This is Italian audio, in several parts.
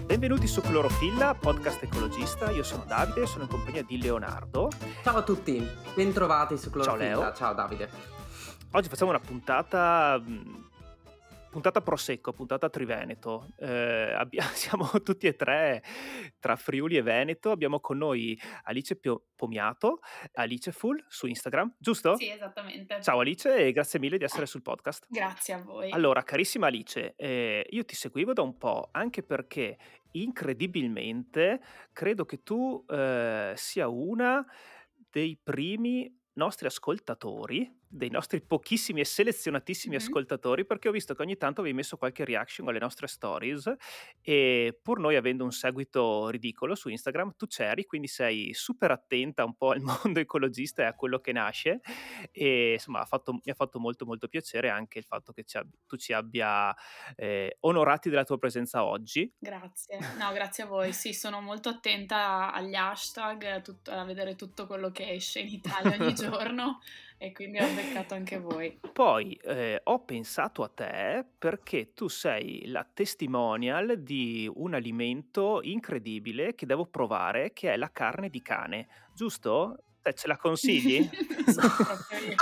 Benvenuti su Clorofilla, podcast ecologista. Io sono Davide, sono in compagnia di Leonardo. Ciao a tutti, bentrovati su Ciao Clorofilla. Leo. Ciao Davide. Oggi facciamo una puntata Prosecco, puntata Triveneto. Siamo tutti e tre tra Friuli e Veneto. Abbiamo con noi Alice Pomiato, Aliceful su Instagram, giusto? Sì, esattamente. Ciao Alice e grazie mille di essere sul podcast. Grazie a voi. Allora, carissima Alice, io ti seguivo da un po', anche perché incredibilmente credo che tu sia una dei primi nostri ascoltatori, dei nostri pochissimi e selezionatissimi ascoltatori, perché ho visto che ogni tanto avevi messo qualche reaction alle nostre stories e pur noi avendo un seguito ridicolo su Instagram, tu c'eri, quindi sei super attenta un po' al mondo ecologista e a quello che nasce e insomma mi ha fatto molto molto piacere anche il fatto che tu ci abbia onorati della tua presenza oggi. Grazie. No, grazie a voi. Sì, sono molto attenta agli hashtag, a vedere tutto quello che esce in Italia ogni giorno e quindi ho beccato anche voi. Poi ho pensato a te perché tu sei la testimonial di un alimento incredibile che devo provare, che è la carne di cane, giusto? Te ce la consigli? Sono proprio io.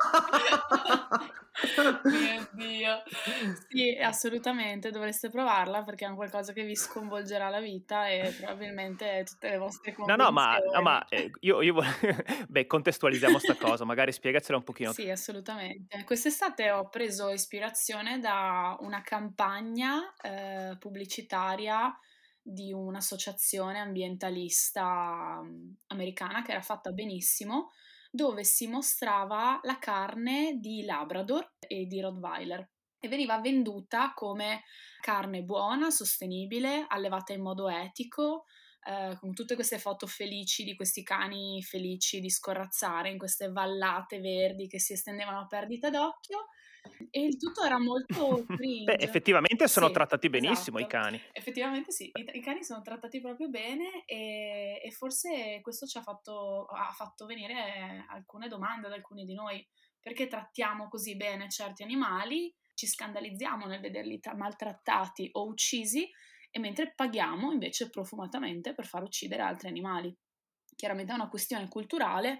Mio Dio. Sì, assolutamente, dovreste provarla perché è un qualcosa che vi sconvolgerà la vita e probabilmente tutte le vostre No, ma convinzioni. io beh, contestualizziamo sta cosa, magari spiegacela un pochino. Sì, assolutamente. Quest'estate ho preso ispirazione da una campagna pubblicitaria di un'associazione ambientalista americana che era fatta benissimo, dove si mostrava la carne di Labrador e di Rottweiler e veniva venduta come carne buona, sostenibile, allevata in modo etico, con tutte queste foto felici di questi cani felici di scorrazzare in queste vallate verdi che si estendevano a perdita d'occhio e il tutto era molto Beh, cringe. effettivamente sono Sì, trattati benissimo i esatto. cani. Effettivamente sì, i cani sono trattati proprio bene e forse questo ha fatto venire alcune domande ad alcuni di noi. Perché trattiamo così bene certi animali, ci scandalizziamo nel vederli maltrattati o uccisi, e mentre paghiamo invece profumatamente per far uccidere altri animali. Chiaramente è una questione culturale,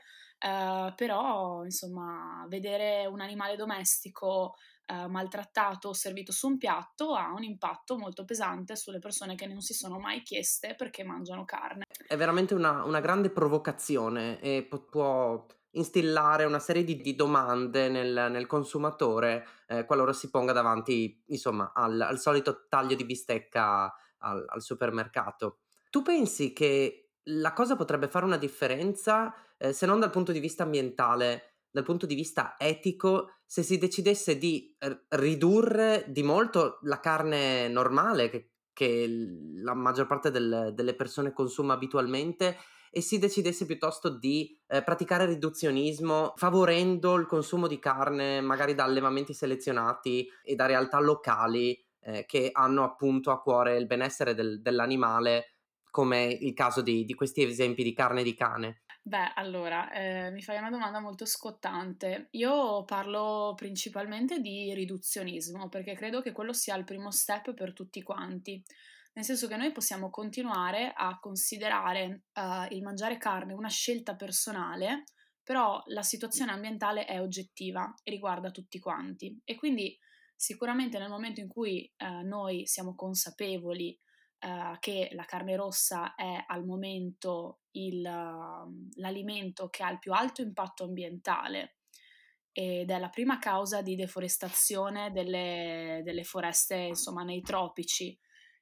però insomma vedere un animale domestico maltrattato o servito su un piatto ha un impatto molto pesante sulle persone che non si sono mai chieste perché mangiano carne. È veramente una grande provocazione e può instillare una serie di domande nel consumatore qualora si ponga davanti, insomma, al solito taglio di bistecca al supermercato. Tu pensi che la cosa potrebbe fare una differenza, se non dal punto di vista ambientale, dal punto di vista etico, se si decidesse di ridurre di molto la carne normale che la maggior parte delle persone consuma abitualmente e si decidesse piuttosto di praticare riduzionismo, favorendo il consumo di carne magari da allevamenti selezionati e da realtà locali che hanno appunto a cuore il benessere dell'animale, come il caso di questi esempi di carne di cane. Beh, allora, mi fai una domanda molto scottante. Io parlo principalmente di riduzionismo, perché credo che quello sia il primo step per tutti quanti. Nel senso che noi possiamo continuare a considerare, il mangiare carne una scelta personale, però la situazione ambientale è oggettiva e riguarda tutti quanti. E quindi sicuramente nel momento in cui, noi siamo consapevoli che la carne rossa è al momento l'alimento che ha il più alto impatto ambientale ed è la prima causa di deforestazione delle foreste, insomma, nei tropici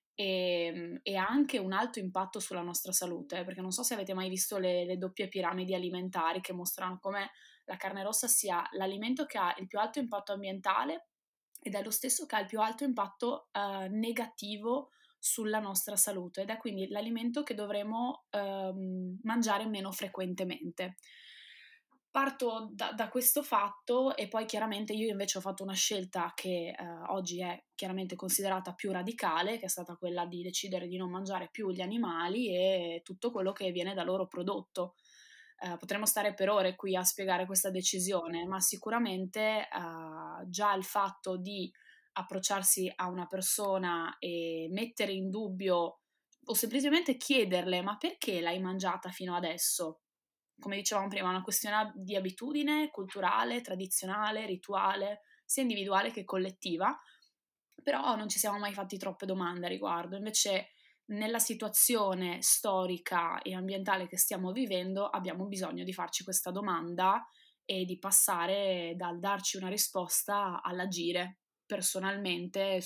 e ha anche un alto impatto sulla nostra salute, perché non so se avete mai visto le doppie piramidi alimentari che mostrano come la carne rossa sia l'alimento che ha il più alto impatto ambientale ed è lo stesso che ha il più alto impatto negativo sulla nostra salute ed è quindi l'alimento che dovremo mangiare meno frequentemente. Parto da questo fatto e poi chiaramente io invece ho fatto una scelta che oggi è chiaramente considerata più radicale, che è stata quella di decidere di non mangiare più gli animali e tutto quello che viene da loro prodotto. Potremmo stare per ore qui a spiegare questa decisione, ma sicuramente già il fatto di approcciarsi a una persona e mettere in dubbio o semplicemente chiederle: ma perché l'hai mangiata fino adesso? Come dicevamo prima, è una questione di abitudine culturale, tradizionale, rituale, sia individuale che collettiva, però non ci siamo mai fatti troppe domande a riguardo. Invece nella situazione storica e ambientale che stiamo vivendo abbiamo bisogno di farci questa domanda e di passare dal darci una risposta all'agire personalmente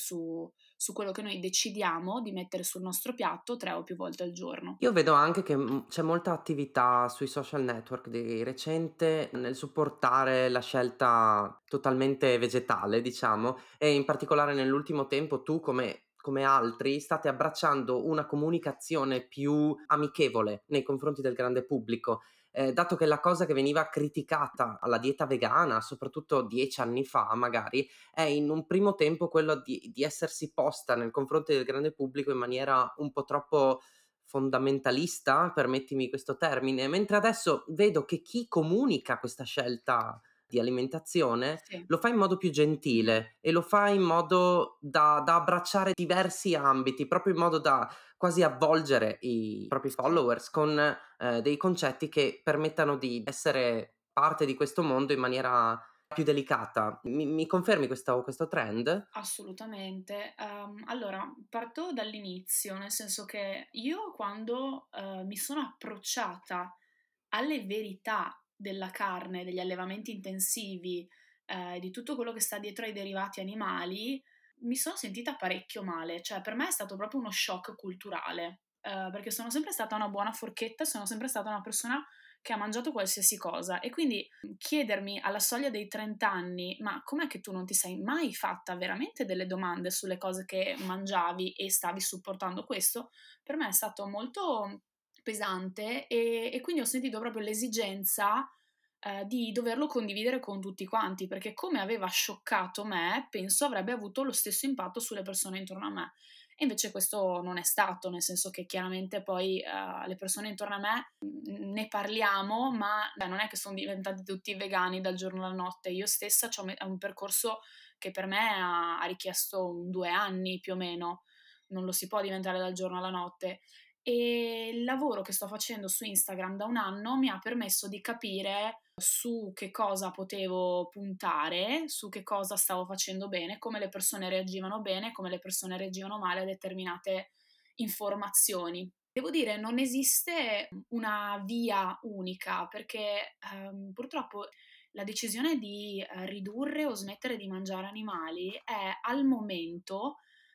su quello che noi decidiamo di mettere sul nostro piatto 3 o più volte al giorno. Io vedo anche che, c'è molta attività sui social network di recente nel supportare la scelta totalmente vegetale, diciamo, e in particolare nell'ultimo tempo tu come altri state abbracciando una comunicazione più amichevole nei confronti del grande pubblico, dato che la cosa che veniva criticata alla dieta vegana, soprattutto 10 anni fa magari, è in un primo tempo quello di essersi posta nel confronto del grande pubblico in maniera un po' troppo fondamentalista, permettimi questo termine, mentre adesso vedo che chi comunica questa scelta di alimentazione Sì. lo fa in modo più Mh-mh. gentile e lo fa in modo da abbracciare diversi ambiti, proprio in modo da quasi avvolgere i propri Sì. followers con dei concetti che permettano di essere parte di questo mondo in maniera più delicata. Mi confermi questo trend? Assolutamente. Allora, parto dall'inizio, nel senso che io quando, mi sono approcciata alle verità della carne, degli allevamenti intensivi, di tutto quello che sta dietro ai derivati animali, mi sono sentita parecchio male. Cioè, per me è stato proprio uno shock culturale, perché sono sempre stata una buona forchetta, sono sempre stata una persona che ha mangiato qualsiasi cosa e quindi chiedermi alla soglia dei 30 anni: "Ma com'è che tu non ti sei mai fatta veramente delle domande sulle cose che mangiavi e stavi supportando questo?" Per me è stato molto pesante e quindi ho sentito proprio l'esigenza, di doverlo condividere con tutti quanti, perché come aveva scioccato me, penso avrebbe avuto lo stesso impatto sulle persone intorno a me. E invece questo non è stato, nel senso che chiaramente poi, le persone intorno a me, ne parliamo, ma non è che son diventati tutti vegani dal giorno alla notte. Io stessa c'ho è un percorso che per me ha richiesto un 2 anni più o meno, non lo si può diventare dal giorno alla notte. E il lavoro che sto facendo su Instagram da 1 anno mi ha permesso di capire su che cosa potevo puntare, su che cosa stavo facendo bene, come le persone reagivano bene, come le persone reagivano male a determinate informazioni. Devo dire, non esiste una via unica perché purtroppo la decisione di ridurre o smettere di mangiare animali è al momento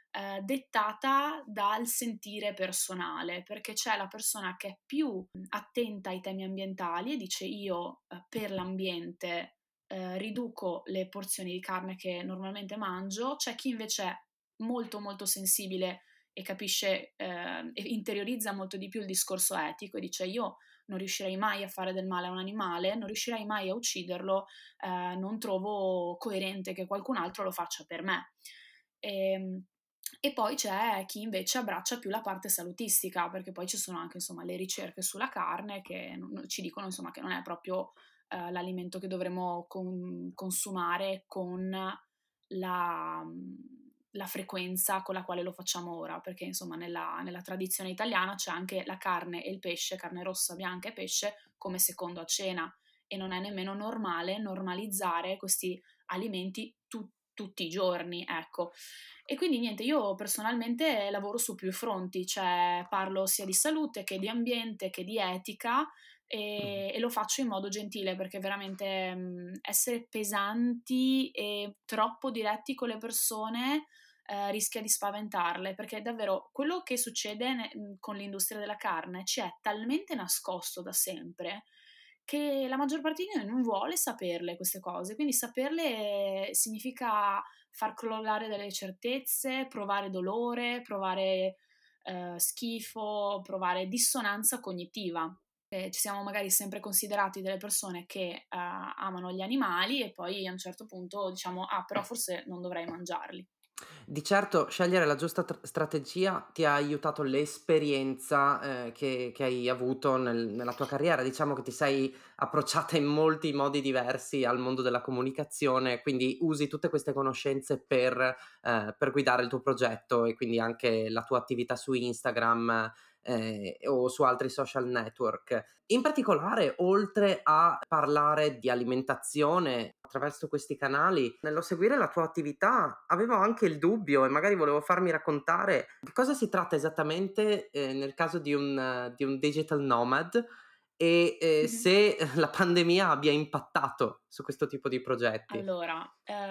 dettata dal sentire personale, perché c'è la persona che è più attenta ai temi ambientali e dice io per l'ambiente riduco le porzioni di carne che normalmente mangio, c'è chi invece è molto molto sensibile e capisce e interiorizza molto di più il discorso etico e dice io non riuscirei mai a fare del male a un animale, non riuscirei mai a ucciderlo, non trovo coerente che qualcun altro lo faccia per me. Ehm, e poi c'è chi invece abbraccia più la parte salutistica, perché poi ci sono anche insomma le ricerche sulla carne che ci dicono insomma che non è proprio l'alimento che dovremmo consumare con la, la frequenza con la quale lo facciamo ora, perché insomma nella tradizione italiana c'è anche la carne e il pesce, carne rossa, bianca e pesce come secondo a cena e non è nemmeno normale normalizzare questi alimenti tutti i giorni, ecco. E quindi niente, io personalmente lavoro su più fronti, cioè parlo sia di salute che di ambiente che di etica Mh. e lo faccio in modo gentile perché veramente essere pesanti e troppo diretti con le persone rischia di spaventarle, perché davvero quello che succede con l'industria della carne ci è talmente nascosto da sempre che la maggior parte di noi non vuole saperle queste cose, quindi saperle significa far crollare delle certezze, provare dolore, provare schifo, provare dissonanza cognitiva. Ci siamo magari sempre considerati delle persone che amano gli animali e poi a un certo punto diciamo, ah, però forse non dovrei mangiarli. Di certo scegliere la giusta strategia ti ha aiutato l'esperienza, che hai avuto nella tua carriera. Diciamo che ti sei approcciata in molti modi diversi al mondo della comunicazione, quindi usi tutte queste conoscenze per guidare il tuo progetto e quindi anche la tua attività su Instagram, o su altri social network. In particolare, oltre a parlare di alimentazione attraverso questi canali, nello seguire la tua attività avevo anche il dubbio e magari volevo farmi raccontare di cosa si tratta esattamente, nel caso di un digital nomad e, Mh-mh. se la pandemia abbia impattato su questo tipo di progetti. Allora,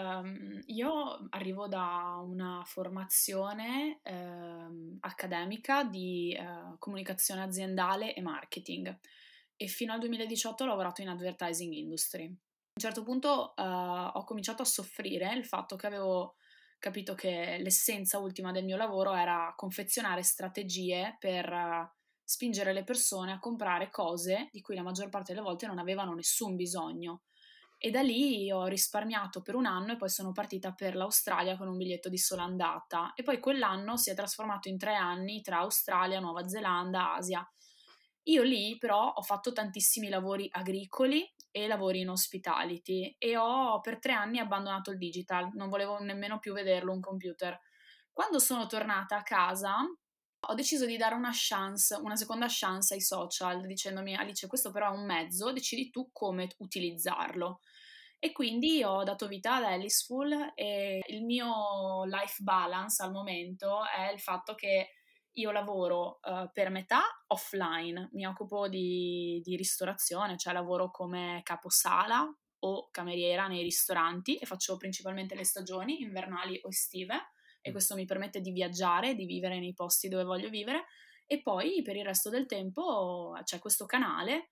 io arrivo da una formazione, accademica di, comunicazione aziendale e marketing e fino al 2018 ho lavorato in advertising industry. A un certo punto, ho cominciato a soffrire il fatto che avevo capito che l'essenza ultima del mio lavoro era confezionare strategie per spingere le persone a comprare cose di cui la maggior parte delle volte non avevano nessun bisogno. E da lì ho risparmiato per 1 anno e poi sono partita per l'Australia con un biglietto di sola andata e poi quell'anno si è trasformato in 3 anni tra Australia, Nuova Zelanda, Asia. Io lì però ho fatto tantissimi lavori agricoli e lavori in hospitality e ho per 3 anni abbandonato il digital, non volevo nemmeno più vederlo un computer. Quando sono tornata a casa ho deciso di dare una seconda chance ai social, dicendomi: Alice, questo però è un mezzo, decidi tu come utilizzarlo. E quindi ho dato vita ad Aliceful e il mio life balance al momento è il fatto che io lavoro per metà offline, mi occupo di ristorazione, cioè lavoro come caposala o cameriera nei ristoranti e faccio principalmente le stagioni invernali o estive e questo mi permette di viaggiare, di vivere nei posti dove voglio vivere e poi per il resto del tempo c'è questo canale.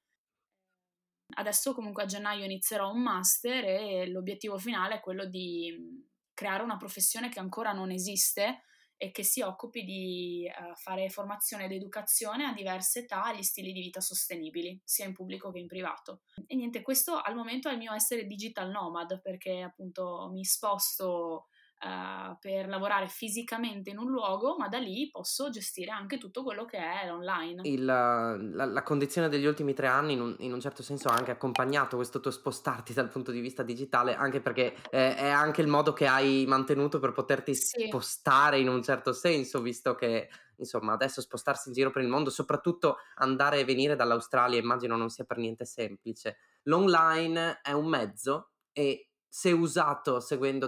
Adesso comunque a gennaio inizierò un master e l'obiettivo finale è quello di creare una professione che ancora non esiste e che si occupi di fare formazione ed educazione a diverse età agli stili di vita sostenibili, sia in pubblico che in privato. E niente, questo al momento è il mio essere digital nomad perché appunto mi sposto per lavorare fisicamente in un luogo, ma da lì posso gestire anche tutto quello che è online. La condizione degli ultimi 3 anni in un certo senso ha anche accompagnato questo tuo spostarti dal punto di vista digitale, anche perché, è anche il modo che hai mantenuto per poterti Sì. spostare in un certo senso, visto che, insomma, adesso spostarsi in giro per il mondo, soprattutto andare e venire dall'Australia, immagino non sia per niente semplice. L'online è un mezzo e se usato seguendo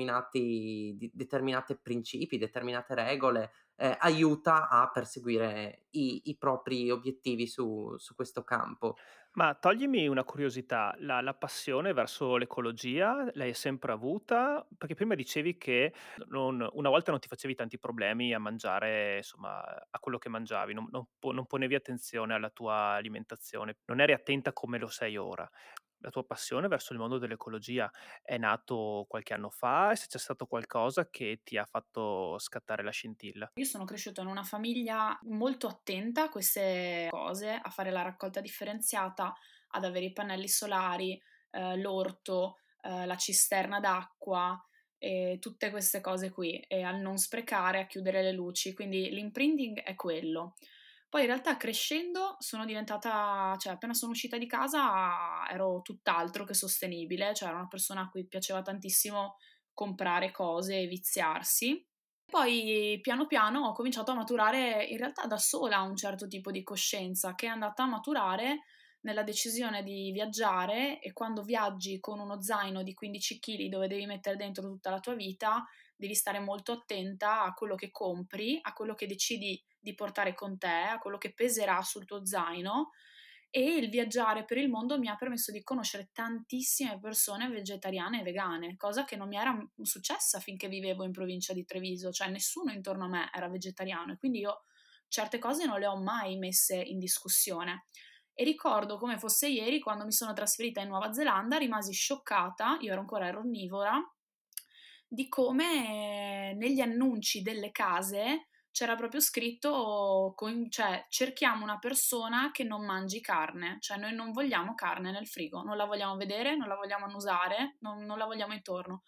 determinate principi, determinate regole, aiuta a perseguire i propri obiettivi su questo campo. Ma toglimi una curiosità, la passione verso l'ecologia l'hai sempre avuta? Perché prima dicevi che una volta non ti facevi tanti problemi a mangiare, insomma, a quello che mangiavi, non ponevi attenzione alla tua alimentazione, non eri attenta come lo sei ora. La tua passione verso il mondo dell'ecologia è nato qualche anno fa e se c'è stato qualcosa che ti ha fatto scattare la scintilla? Io sono cresciuta in una famiglia molto attenta a queste cose, a fare la raccolta differenziata, ad avere i pannelli solari, l'orto, la cisterna d'acqua e tutte queste cose qui, e al non sprecare, a chiudere le luci, quindi l'imprinting è quello. Poi in realtà crescendo sono diventata, cioè appena sono uscita di casa ero tutt'altro che sostenibile, cioè ero una persona a cui piaceva tantissimo comprare cose e viziarsi. Poi piano piano ho cominciato a maturare in realtà da sola un certo tipo di coscienza che è andata a maturare nella decisione di viaggiare e quando viaggi con uno zaino di 15 kg dove devi mettere dentro tutta la tua vita, devi stare molto attenta a quello che compri, a quello che decidi di portare con te, a quello che peserà sul tuo zaino e il viaggiare per il mondo mi ha permesso di conoscere tantissime persone vegetariane e vegane, cosa che non mi era successa finché vivevo in provincia di Treviso, cioè nessuno intorno a me era vegetariano e quindi io certe cose non le ho mai messe in discussione. E ricordo come fosse ieri quando mi sono trasferita in Nuova Zelanda, rimasi scioccata, io ero ancora ernonnivora, di come negli annunci delle case c'era proprio scritto, cioè cerchiamo una persona che non mangi carne, cioè noi non vogliamo carne nel frigo, non la vogliamo vedere, non la vogliamo annusare, non la vogliamo intorno.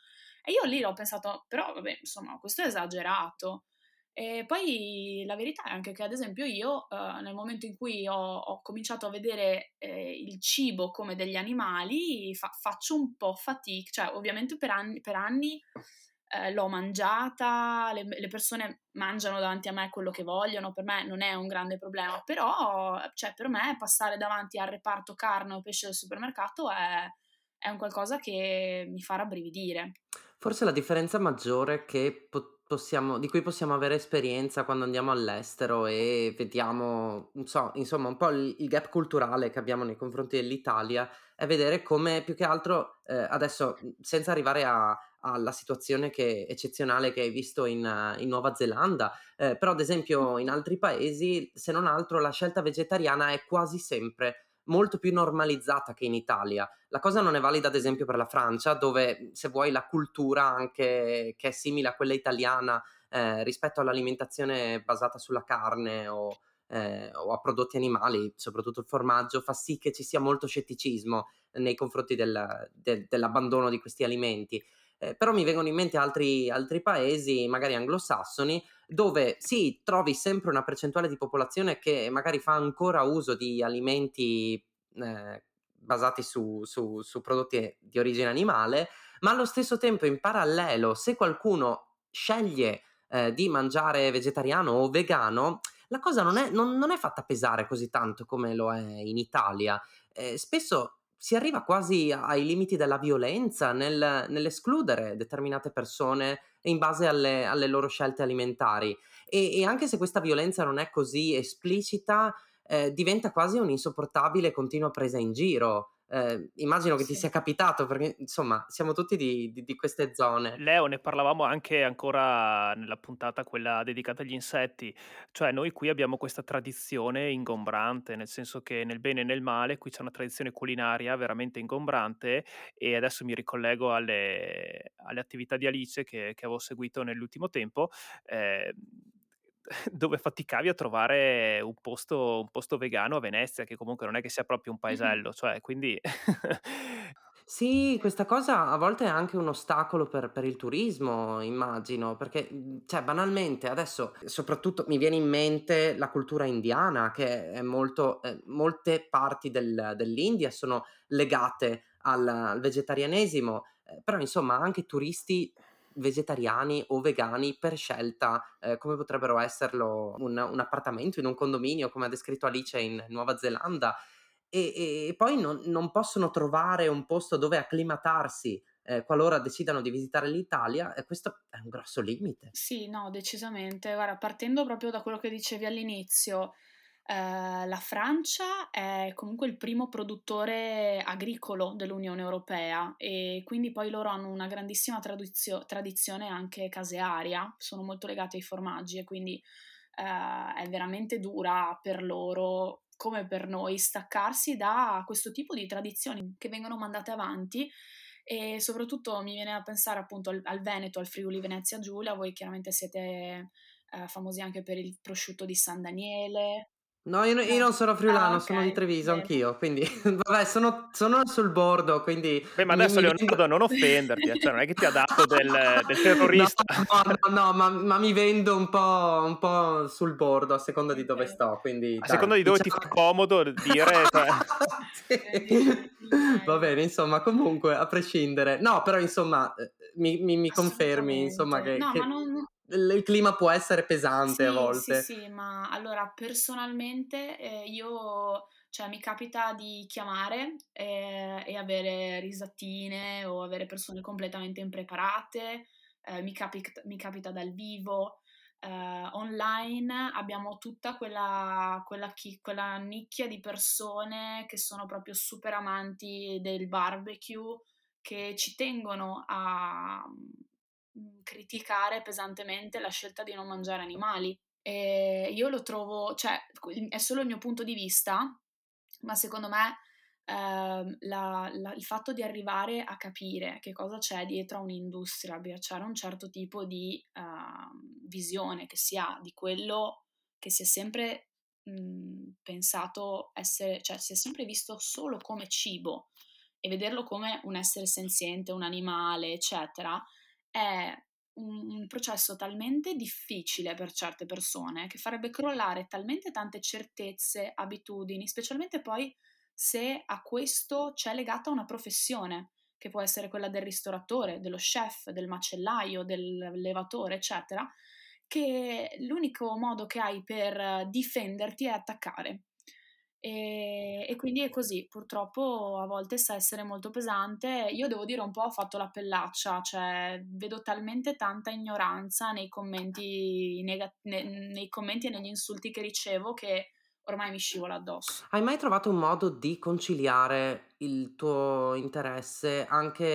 E io lì ho pensato, però vabbè, insomma, questo è esagerato. E poi la verità è anche che, ad esempio, io nel momento in cui ho cominciato a vedere il cibo come degli animali, faccio un po' fatica, cioè ovviamente per anni l'ho mangiata, le persone mangiano davanti a me quello che vogliono, per me non è un grande problema, però cioè, per me passare davanti al reparto carne o pesce del supermercato è un qualcosa che mi fa rabbrividire. Forse la differenza maggiore che di cui possiamo avere esperienza quando andiamo all'estero e vediamo, non so, insomma, un po' il gap culturale che abbiamo nei confronti dell'Italia, è vedere come più che altro, adesso senza arrivare alla situazione eccezionale che hai visto in Nuova Zelanda, però ad esempio in altri paesi, se non altro, la scelta vegetariana è quasi sempre molto più normalizzata che in Italia. La cosa non è valida ad esempio per la Francia, dove se vuoi la cultura anche che è simile a quella italiana rispetto all'alimentazione basata sulla carne o a prodotti animali, soprattutto il formaggio, fa sì che ci sia molto scetticismo nei confronti dell'abbandono di questi alimenti. Però mi vengono in mente altri paesi, magari anglosassoni, dove sì, trovi sempre una percentuale di popolazione che magari fa ancora uso di alimenti basati su prodotti di origine animale, ma allo stesso tempo in parallelo, se qualcuno sceglie di mangiare vegetariano o vegano, la cosa non è fatta pesare così tanto come lo è in Italia. Spesso si arriva quasi ai limiti della violenza nell'escludere determinate persone in base alle loro scelte alimentari. E anche se questa violenza non è così esplicita, diventa quasi un'insopportabile continua presa in giro. Immagino che ti Sì. sia capitato perché, insomma, siamo tutti di queste zone. Leo, ne parlavamo anche ancora nella puntata quella dedicata agli insetti, cioè noi qui abbiamo questa tradizione ingombrante, nel senso che nel bene e nel male qui c'è una tradizione culinaria veramente ingombrante e adesso mi ricollego alle attività di Alice che avevo seguito nell'ultimo tempo, ehm, dove faticavi a trovare un posto vegano a Venezia, che comunque non è che sia proprio un Mh-mh. paesello, cioè quindi Sì, questa cosa a volte è anche un ostacolo per il turismo, immagino, perché, cioè banalmente adesso soprattutto mi viene in mente la cultura indiana che è molto molte parti dell'India sono legate al vegetarianesimo, però insomma anche turisti vegetariani o vegani per scelta, come potrebbero esserlo un appartamento in un condominio, come ha descritto Alice in Nuova Zelanda, e poi non possono trovare un posto dove acclimatarsi, qualora decidano di visitare l'Italia, e questo è un grosso limite. Sì, no, decisamente. Guarda, partendo proprio da quello che dicevi all'inizio, la Francia è comunque il primo produttore agricolo dell'Unione Europea e quindi poi loro hanno una grandissima tradizione anche casearia, sono molto legati ai formaggi e quindi è veramente dura per loro, come per noi, staccarsi da questo tipo di tradizioni che vengono mandate avanti e soprattutto mi viene a pensare appunto al Veneto, al Friuli Venezia Giulia, voi chiaramente siete famosi anche per il prosciutto di San Daniele. No, io non sono Ah, friulano, sono di ok, Treviso bene. anch'io, quindi vabbè sono sul bordo, quindi beh, ma mi adesso vendo. Leonardo non offenderti, cioè non è che ti ha dato del No, terrorista. no, ma mi vendo un po' sul bordo a seconda di dove Ok. sto, quindi A dai, seconda di dove ti diciamo fa che comodo dire, cioè sì. Va Meglio. bene, insomma, comunque a prescindere. No, però insomma, mi confermi insomma Assolutamente. che No, ma che non il clima può essere pesante a sì, sì, volte. sì, ma allora personalmente, io cioè mi capita di chiamare, e avere risatine o avere persone completamente impreparate, mi capita dal vivo, online abbiamo tutta quella nicchia di persone che sono proprio super amanti del barbecue, che ci tengono a criticare pesantemente la scelta di non mangiare animali. Io lo trovo, cioè, è solo il mio punto di vista, ma secondo me il fatto di arrivare a capire che cosa c'è dietro a un'industria, abbracciare un certo tipo di visione che si ha di quello che si è sempre pensato essere, cioè si è sempre visto solo come cibo e vederlo come un essere senziente, un animale, eccetera, è un processo talmente difficile per certe persone, che farebbe crollare talmente tante certezze, abitudini, specialmente poi se a questo c'è legata una professione, che può essere quella del ristoratore, dello chef, del macellaio, del levatore, eccetera, che l'unico modo che hai per difenderti è attaccare. E quindi è così, purtroppo a volte sa essere molto pesante. Io devo dire un po' ho fatto la pellaccia, cioè vedo talmente tanta ignoranza nei commenti, nei commenti e negli insulti che ricevo che ormai mi scivola addosso. Hai mai trovato un modo di conciliare il tuo interesse anche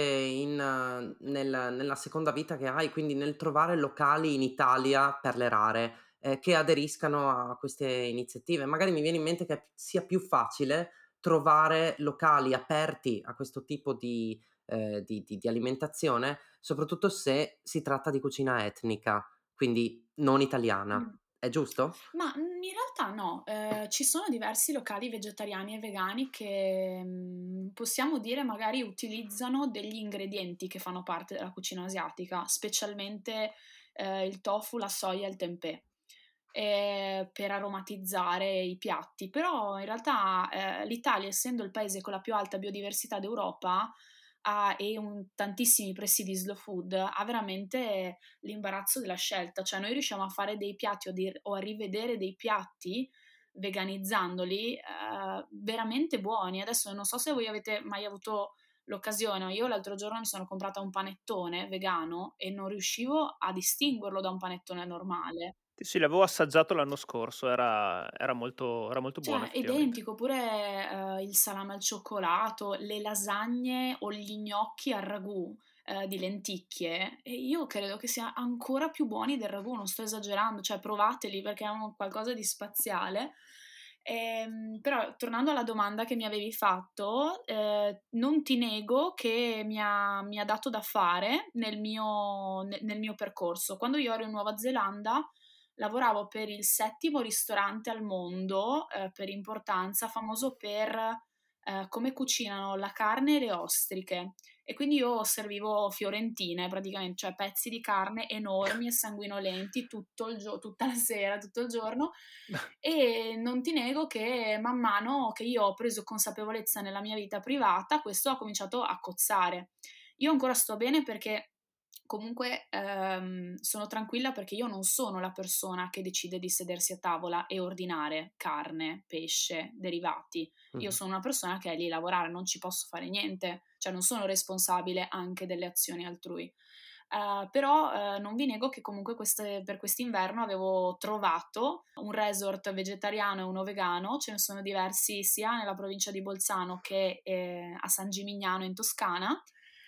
nella seconda vita che hai, quindi nel trovare locali in Italia per le rare, che aderiscano a queste iniziative? Magari mi viene in mente che sia più facile trovare locali aperti a questo tipo di alimentazione, soprattutto se si tratta di cucina etnica, quindi non italiana. Mh. È giusto? Ma, in realtà no, ci sono diversi locali vegetariani e vegani che, possiamo dire magari utilizzano degli ingredienti che fanno parte della cucina asiatica, specialmente, il tofu, la soia e il tempeh, per aromatizzare i piatti. Però in realtà, l'Italia, essendo il paese con la più alta biodiversità d'Europa, ha e tantissimi presidi slow food, ha veramente l'imbarazzo della scelta, cioè noi riusciamo a fare dei piatti o a rivedere dei piatti veganizzandoli, veramente buoni. Adesso non so se voi avete mai avuto l'occasione, io l'altro giorno mi sono comprata un panettone vegano e non riuscivo a distinguerlo da un panettone normale. Sì, sì, l'avevo assaggiato l'anno scorso, era molto buono Cioè, effettivamente. identico, pure, il salame al cioccolato, le lasagne o gli gnocchi al ragù, di lenticchie, e io credo che sia ancora più buoni del ragù, non sto esagerando, cioè provateli perché è un qualcosa di spaziale. Però tornando alla domanda che mi avevi fatto, non ti nego che mi ha dato da fare nel mio percorso. Quando io ero in Nuova Zelanda lavoravo per il settimo ristorante al mondo, per importanza, famoso per, come cucinano la carne e le ostriche. E quindi io servivo fiorentine praticamente, cioè pezzi di carne enormi e sanguinolenti tutta la sera, tutto il giorno. E non ti nego che man mano che io ho preso consapevolezza nella mia vita privata, questo ha cominciato a cozzare. Io ancora sto bene perché comunque, sono tranquilla perché io non sono la persona che decide di sedersi a tavola e ordinare carne, pesce, derivati. Io Mh-mh. sono una persona che è lì a lavorare, non ci posso fare niente, cioè non sono responsabile anche delle azioni altrui. Però, non vi nego che comunque per quest'inverno avevo trovato un resort vegetariano e uno vegano, ce ne sono diversi sia nella provincia di Bolzano che, a San Gimignano in Toscana.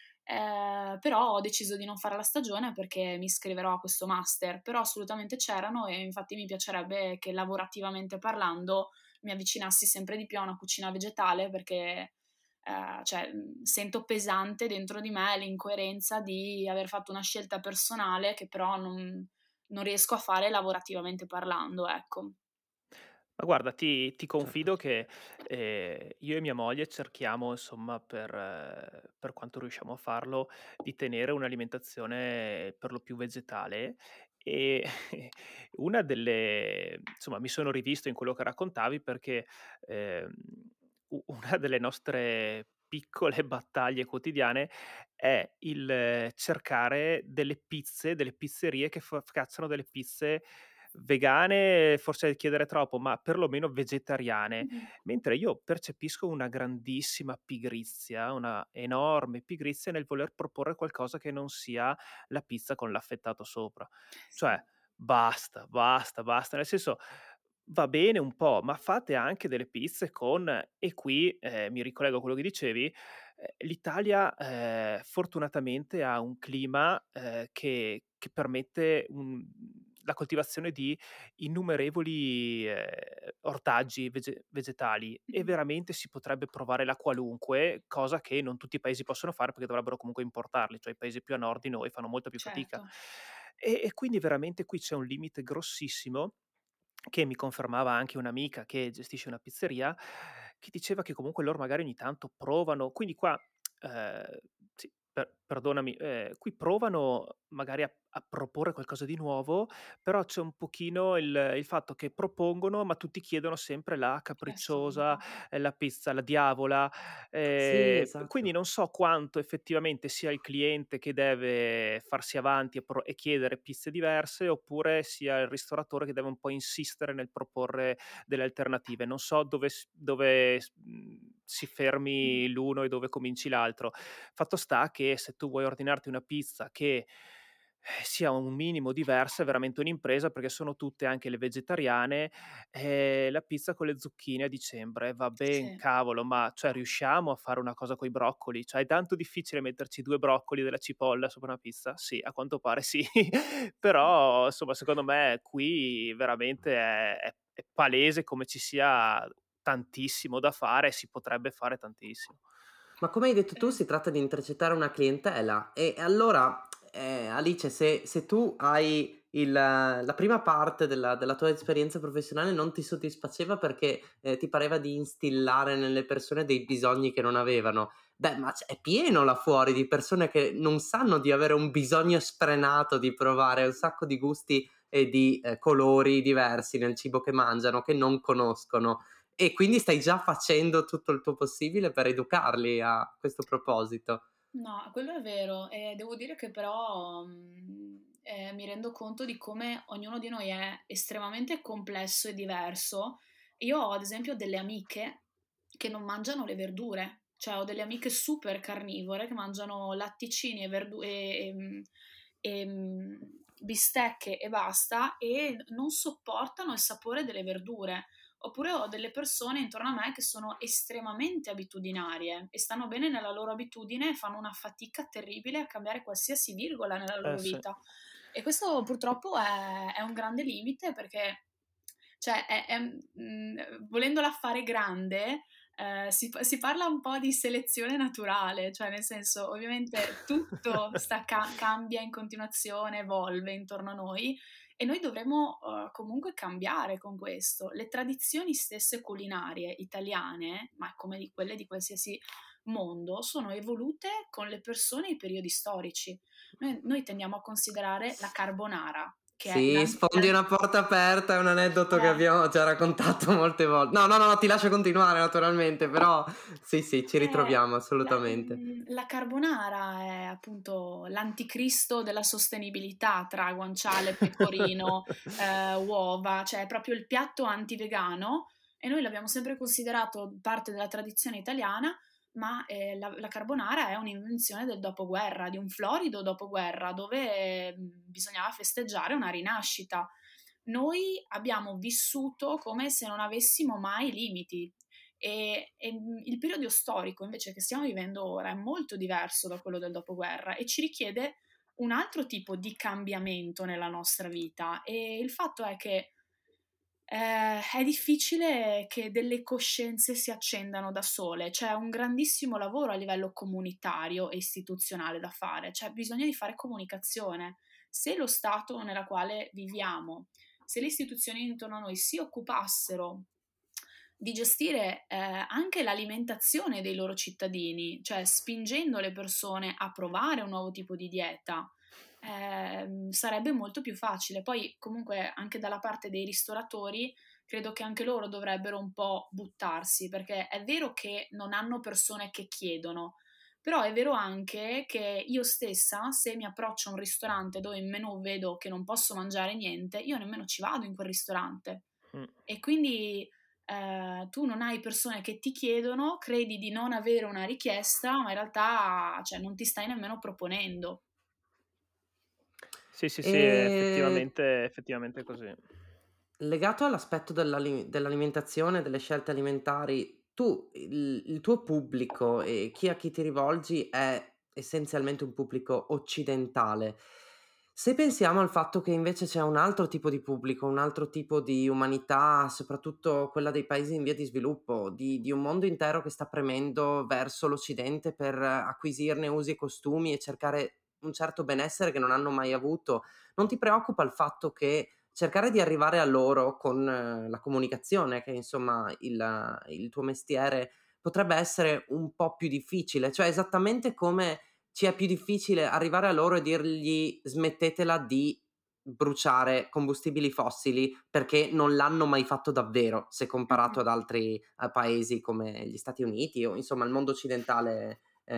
Però ho deciso di non fare la stagione perché mi iscriverò a questo master, però assolutamente c'erano e infatti mi piacerebbe che lavorativamente parlando mi avvicinassi sempre di più a una cucina vegetale perché cioè, sento pesante dentro di me l'incoerenza di aver fatto una scelta personale che però non riesco a fare lavorativamente parlando, ecco. Ma guarda, ti Certo. confido che, io e mia moglie cerchiamo insomma per quanto riusciamo a farlo, di tenere un'alimentazione per lo più vegetale e una delle insomma mi sono rivisto in quello che raccontavi perché, ehm, u una delle nostre piccole battaglie quotidiane è il cercare delle pizzerie che facciano delle pizze vegane, forse è chiedere troppo, ma perlomeno vegetariane, Mh-mh. mentre io percepisco una grandissima pigrizia, una enorme pigrizia nel voler proporre qualcosa che non sia la pizza con l'affettato sopra. Sì. Cioè, basta, basta, basta, nel senso va bene un po', ma fate anche delle pizze con e qui, mi ricollego a quello che dicevi, l'Italia, fortunatamente ha un clima, che permette la coltivazione di innumerevoli, ortaggi vegetali e Mh-mh. veramente si potrebbe provare la qualunque, cosa che non tutti i paesi possono fare perché dovrebbero comunque importarli, cioè i paesi più a nord di noi fanno molta più fatica. Certo. E quindi veramente qui c'è un limite grossissimo che mi confermava anche un'amica che gestisce una pizzeria, che diceva che comunque loro magari ogni tanto provano quindi qua, ehm, sì, perdonami, qui provano magari a proporre qualcosa di nuovo, però c'è un pochino il fatto che propongono, ma tutti chiedono sempre la È capricciosa, solito. la pizza, la diavola, Sì, quindi esatto. non so quanto effettivamente sia il cliente che deve farsi avanti e chiedere pizze diverse, oppure sia il ristoratore che deve un po' insistere nel proporre delle alternative. Non so si fermi l'uno e dove cominci l'altro. Fatto sta che se tu vuoi ordinarti una pizza che, sia un minimo diversa, è veramente un'impresa perché sono tutte anche le vegetariane, la pizza con le zucchine a dicembre, va ben Sì. cavolo, ma cioè riusciamo a fare una cosa coi broccoli? Cioè è tanto difficile metterci 2 broccoli e della cipolla sopra una pizza? Sì, a quanto pare sì. Però insomma secondo me qui veramente è palese come ci sia tantissimo da fare e si potrebbe fare tantissimo. Ma come hai detto tu, Eh, si tratta di intercettare una clientela e allora, Alice, se tu hai la prima parte della tua esperienza professionale non ti soddisfaceva perché ti pareva di instillare nelle persone dei bisogni che non avevano, beh, ma è pieno là fuori di persone che non sanno di avere un bisogno sfrenato di provare un sacco di gusti e di colori diversi nel cibo che mangiano, che non conoscono. E quindi stai già facendo tutto il tuo possibile per educarli a questo proposito. No, quello è vero e devo dire che però mi rendo conto di come ognuno di noi è estremamente complesso e diverso. Io ho ad esempio delle amiche che non mangiano le verdure, cioè ho delle amiche super carnivore che mangiano latticini bistecche e basta e non sopportano il sapore delle verdure. Oppure ho delle persone intorno a me che sono estremamente abitudinarie e stanno bene nella loro abitudine e fanno una fatica terribile a cambiare qualsiasi virgola nella Eh loro sì. vita. E questo purtroppo è un grande limite perché, cioè, volendola fare grande, si parla un po' di selezione naturale, cioè nel senso, ovviamente tutto cambia in continuazione, evolve intorno a noi e noi dovremmo comunque cambiare con questo. Le tradizioni stesse culinarie italiane, ma come di quelle di qualsiasi mondo, sono evolute con le persone e i periodi storici. Noi tendiamo a considerare la carbonara, che è Sì, sfondi una porta aperta, è un aneddoto che eh, abbiamo già raccontato molte volte. No, no, no, no, ti lascio continuare naturalmente, però sì, sì, ci ritroviamo assolutamente. la carbonara è appunto l'anticristo della sostenibilità tra guanciale, pecorino, uova, cioè è proprio il piatto anti-vegano e noi l'abbiamo sempre considerato parte della tradizione italiana, ma la carbonara è un'invenzione del dopoguerra, di un florido dopoguerra, dove bisognava festeggiare una rinascita. Noi abbiamo vissuto come se non avessimo mai limiti. Il periodo storico invece che stiamo vivendo ora è molto diverso da quello del dopoguerra e ci richiede un altro tipo di cambiamento nella nostra vita e il fatto è che è difficile che delle coscienze si accendano da sole, c'è un grandissimo lavoro a livello comunitario e istituzionale da fare, c'è bisogno di fare comunicazione. Se lo Stato nella quale viviamo, se le istituzioni intorno a noi si occupassero di gestire anche l'alimentazione dei loro cittadini, cioè spingendo le persone a provare un nuovo tipo di dieta, sarebbe molto più facile. Poi comunque anche dalla parte dei ristoratori credo che anche loro dovrebbero un po' buttarsi, perché è vero che non hanno persone che chiedono, però è vero anche che io stessa, se mi approccio a un ristorante dove in menù vedo che non posso mangiare niente, io nemmeno ci vado in quel ristorante. Mh. E quindi tu non hai persone che ti chiedono, credi di non avere una richiesta, ma in realtà, cioè, non ti stai nemmeno proponendo. Sì, sì, sì, è E effettivamente così. legato all'aspetto dell'alimentazione, delle scelte alimentari, tu il tuo pubblico e chi a chi ti rivolgi è essenzialmente un pubblico occidentale. Se pensiamo al fatto che invece c'è un altro tipo di pubblico, un altro tipo di umanità, soprattutto quella dei paesi in via di sviluppo, di un mondo intero che sta premendo verso l'Occidente per acquisirne usi e costumi e cercare un certo benessere che non hanno mai avuto, non ti preoccupa il fatto che cercare di arrivare a loro con la comunicazione, che è insomma il tuo mestiere, potrebbe essere un po' più difficile, cioè esattamente come ci è più difficile arrivare a loro e dirgli smettetela di bruciare combustibili fossili perché non l'hanno mai fatto davvero, se comparato ad altri paesi come gli Stati Uniti o insomma il mondo occidentale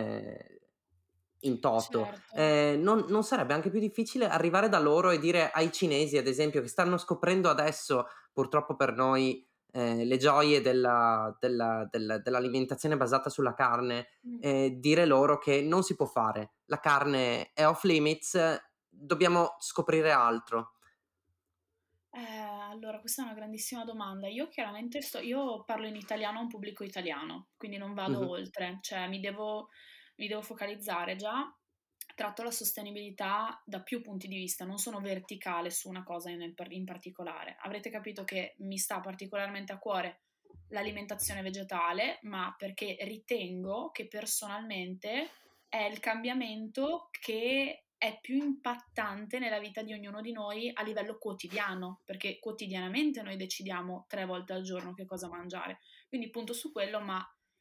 in toto. Certo. Non sarebbe anche più difficile arrivare da loro e dire ai cinesi, ad esempio, che stanno scoprendo adesso, purtroppo per noi, le gioie dell'alimentazione basata sulla carne, dire loro che non si può fare, la carne è off limits, dobbiamo scoprire altro. Allora, questa è una grandissima domanda. Io chiaramente io parlo in italiano a un pubblico italiano, quindi non vado Mhm. oltre, cioè mi devo focalizzare. Già tratto la sostenibilità da più punti di vista, non sono verticale su una cosa in particolare. Avrete capito che mi sta particolarmente a cuore l'alimentazione vegetale, ma perché ritengo che personalmente è il cambiamento che è più impattante nella vita di ognuno di noi a livello quotidiano, perché quotidianamente noi decidiamo 3 volte al giorno che cosa mangiare. Quindi punto su quello, ma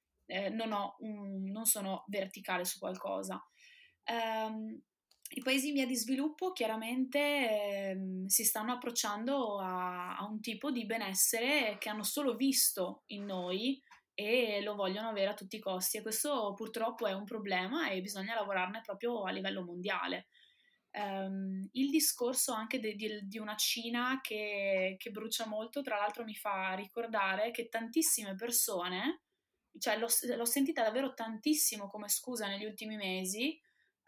non sono verticale su qualcosa. I paesi in via di sviluppo chiaramente si stanno approcciando a un tipo di benessere che hanno solo visto in noi e lo vogliono avere a tutti i costi, e questo purtroppo è un problema e bisogna lavorarne proprio a livello mondiale. Il discorso anche di una Cina che brucia molto, tra l'altro mi fa ricordare che tantissime persone, cioè l'ho sentita davvero tantissimo come scusa negli ultimi mesi,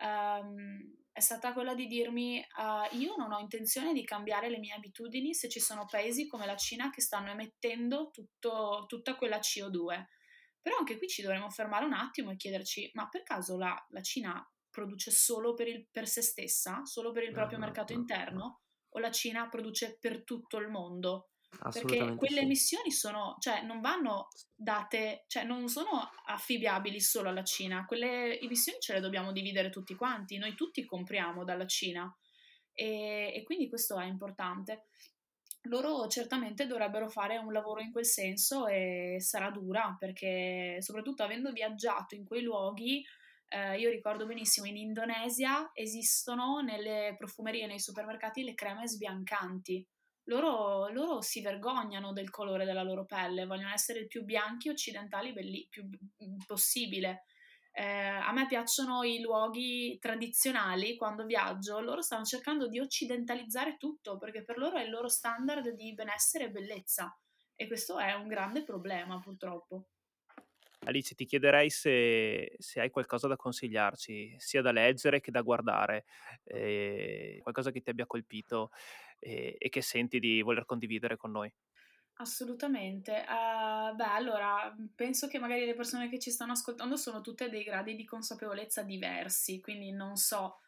è stata quella di dirmi io non ho intenzione di cambiare le mie abitudini se ci sono paesi come la Cina che stanno emettendo tutta quella CO2. Però anche qui ci dovremmo fermare un attimo e chiederci, ma per caso la Cina produce solo per se stessa, solo per il proprio mercato No. interno, o la Cina produce per tutto il mondo? Perché Assolutamente quelle sì. emissioni cioè non vanno date, cioè non sono affibbiabili solo alla Cina, quelle emissioni ce le dobbiamo dividere tutti quanti, noi tutti compriamo dalla Cina e quindi questo è importante. Loro certamente dovrebbero fare un lavoro in quel senso e sarà dura perché soprattutto avendo viaggiato in quei luoghi, io ricordo benissimo in Indonesia esistono nelle profumerie e nei supermercati le creme sbiancanti. Loro si vergognano del colore della loro pelle, vogliono essere il più bianchi occidentali più possibile. A me piacciono i luoghi tradizionali quando viaggio, loro stanno cercando di occidentalizzare tutto perché per loro è il loro standard di benessere e bellezza e questo è un grande problema purtroppo. Alice, ti chiederei se hai qualcosa da consigliarci, sia da leggere che da guardare, qualcosa che ti abbia colpito e che senti di voler condividere con noi. Assolutamente. Beh, allora, penso che magari le persone che ci stanno ascoltando sono tutte dei gradi di consapevolezza diversi, quindi non so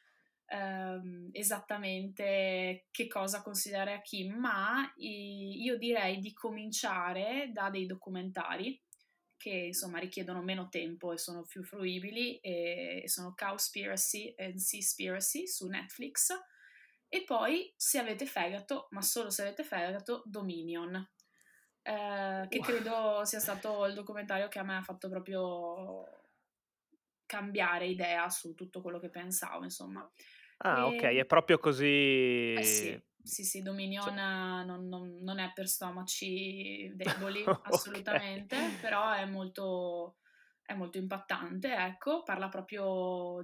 esattamente che cosa consigliare a chi, ma io direi di cominciare da dei documentari che insomma richiedono meno tempo e sono più fruibili e sono Cowspiracy e Seaspiracy su Netflix e poi se avete fegato, ma solo se avete fegato, Dominion. Che credo sia stato il documentario che a me ha fatto proprio cambiare idea su tutto quello che pensavo, insomma. Ah, ok, E, è proprio così. sì, Dominion Cioè, non è per stomaci deboli, ok. assolutamente, però è molto impattante, ecco, parla proprio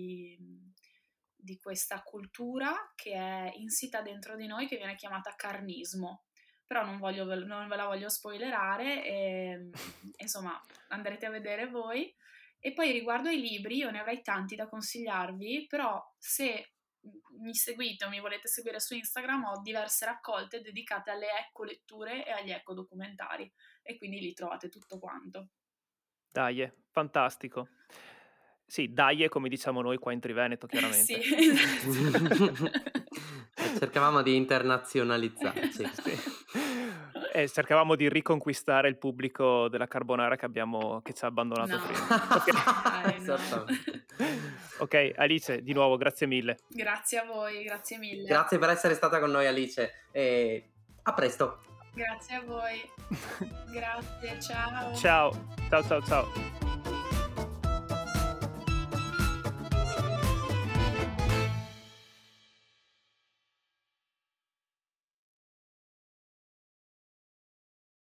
di questa cultura che è insita dentro di noi, che viene chiamata carnismo. Però non ve la voglio spoilerare, insomma andrete a vedere voi. E poi riguardo ai libri, io ne avrei tanti da consigliarvi, però se mi seguite o mi volete seguire su Instagram ho diverse raccolte dedicate alle ecoletture e agli ecodocumentari e quindi lì trovate tutto quanto. Dai, fantastico. Sì, dai, come diciamo noi qua in Triveneto, Sì, chiaramente. esatto. Cercavamo di internazionalizzarci. Sì. Cercavamo di riconquistare il pubblico della carbonara che ci ha abbandonato No, prima. dai, no. Esattamente. Ok, Alice, di nuovo, grazie mille. Grazie a voi, grazie mille. Grazie per essere stata con noi, Alice. E a presto. Grazie a voi. Grazie, ciao. Ciao, ciao, ciao, ciao.